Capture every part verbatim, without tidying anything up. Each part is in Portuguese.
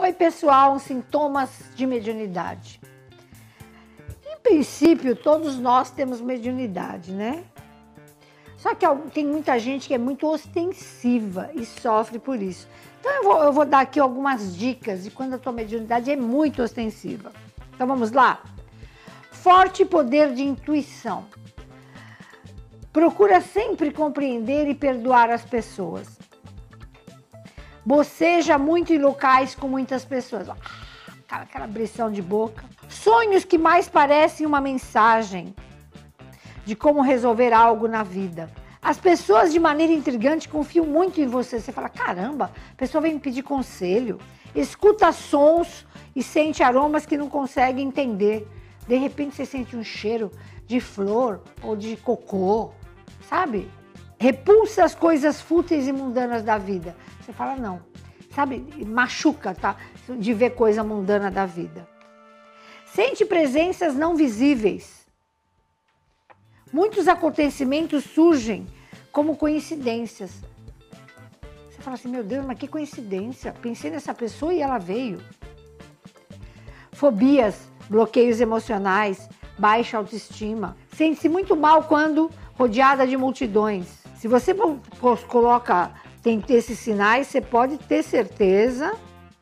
Oi, pessoal, sintomas de mediunidade. Em princípio, todos nós temos mediunidade, né? Só que tem muita gente que é muito ostensiva e sofre por isso. Então eu vou, eu vou dar aqui algumas dicas de quando a tua mediunidade é muito ostensiva. Então vamos lá? Forte poder de intuição. Procura sempre compreender e perdoar as pessoas. Boceja muito em locais com muitas pessoas. Aquela, aquela abrição de boca. Sonhos que mais parecem uma mensagem de como resolver algo na vida. As pessoas, de maneira intrigante, confiam muito em você. Você fala, caramba, a pessoa vem me pedir conselho. Escuta sons e sente aromas que não consegue entender. De repente, você sente um cheiro de flor ou de cocô, sabe? Repulsa as coisas fúteis e mundanas da vida. Você fala, não. Sabe? Machuca, tá? De ver coisa mundana da vida. Sente presenças não visíveis. Muitos acontecimentos surgem como coincidências. Você fala assim, meu Deus, mas que coincidência. Pensei nessa pessoa e ela veio. Fobias, bloqueios emocionais, baixa autoestima. Sente-se muito mal quando rodeada de multidões. Se você coloca, tem esses sinais, você pode ter certeza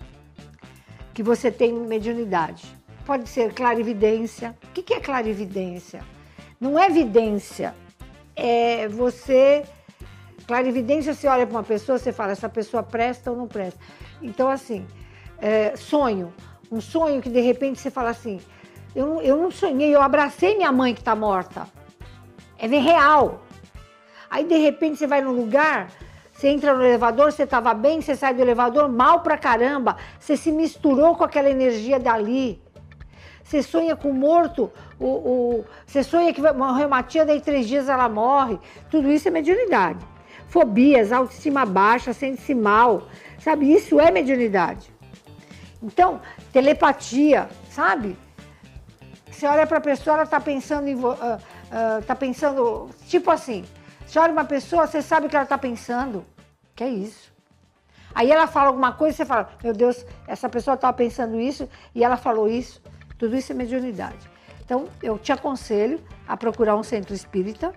que você tem mediunidade. Pode ser clarividência. O que é clarividência? Não é vidência, é você... Clarividência, você olha para uma pessoa, você fala, essa pessoa presta ou não presta. Então, assim, é, sonho. Um sonho que, de repente, você fala assim, eu, eu não sonhei, eu abracei minha mãe que está morta. É real. Aí, de repente, você vai num lugar, você entra no elevador, você estava bem, você sai do elevador mal pra caramba, você se misturou com aquela energia dali. Você sonha com o morto, o, o, você sonha que morreu uma tia, daí três dias ela morre. Tudo isso é mediunidade. Fobias, autoestima baixa, sente-se mal, sabe? Isso é mediunidade. Então, telepatia, sabe? Você olha para a pessoa, ela está pensando em... Uh, uh, tá pensando, tipo assim, você olha para uma pessoa, você sabe o que ela está pensando. Que é isso? Aí ela fala alguma coisa, você fala, meu Deus, essa pessoa estava pensando isso e ela falou isso. Tudo isso é mediunidade. Então, eu te aconselho a procurar um centro espírita.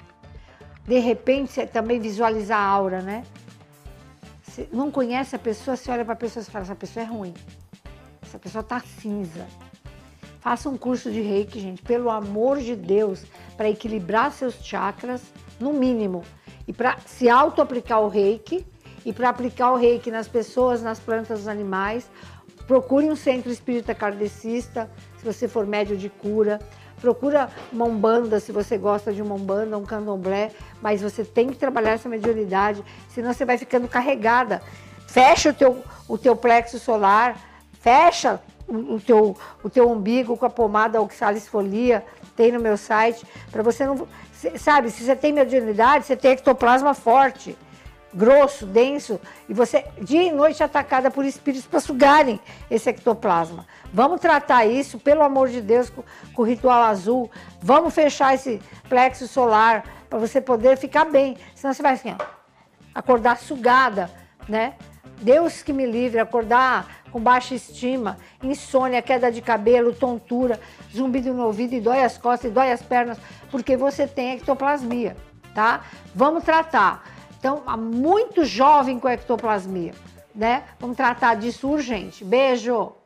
De repente, você também visualizar a aura, né? Você não conhece a pessoa, você olha para a pessoa e fala, essa pessoa é ruim. Essa pessoa está cinza. Faça um curso de reiki, gente, pelo amor de Deus, para equilibrar seus chakras, no mínimo. E para se auto-aplicar o reiki, e para aplicar o reiki nas pessoas, nas plantas, nos animais. Procure um centro espírita kardecista, se você for médio de cura. Procura uma umbanda, se você gosta de uma umbanda, um candomblé. Mas você tem que trabalhar essa mediunidade, senão você vai ficando carregada. Fecha o teu, o teu plexo solar, fecha o, o, teu, o teu umbigo com a pomada Oxalis Folia, tem no meu site. Para você não... Sabe, se você tem mediunidade, você tem ectoplasma forte. Grosso, denso, e você dia e noite atacada por espíritos para sugarem esse ectoplasma. Vamos tratar isso, pelo amor de Deus, com, com o ritual azul. Vamos fechar esse plexo solar para você poder ficar bem. Senão você vai assim, ó, acordar sugada, né? Deus que me livre, acordar com baixa estima, insônia, queda de cabelo, tontura, zumbido no ouvido e dói as costas e dói as pernas, porque você tem ectoplasmia, tá? Vamos tratar. Então, há muito jovem com ectoplasmia, né? Vamos tratar disso urgente. Beijo!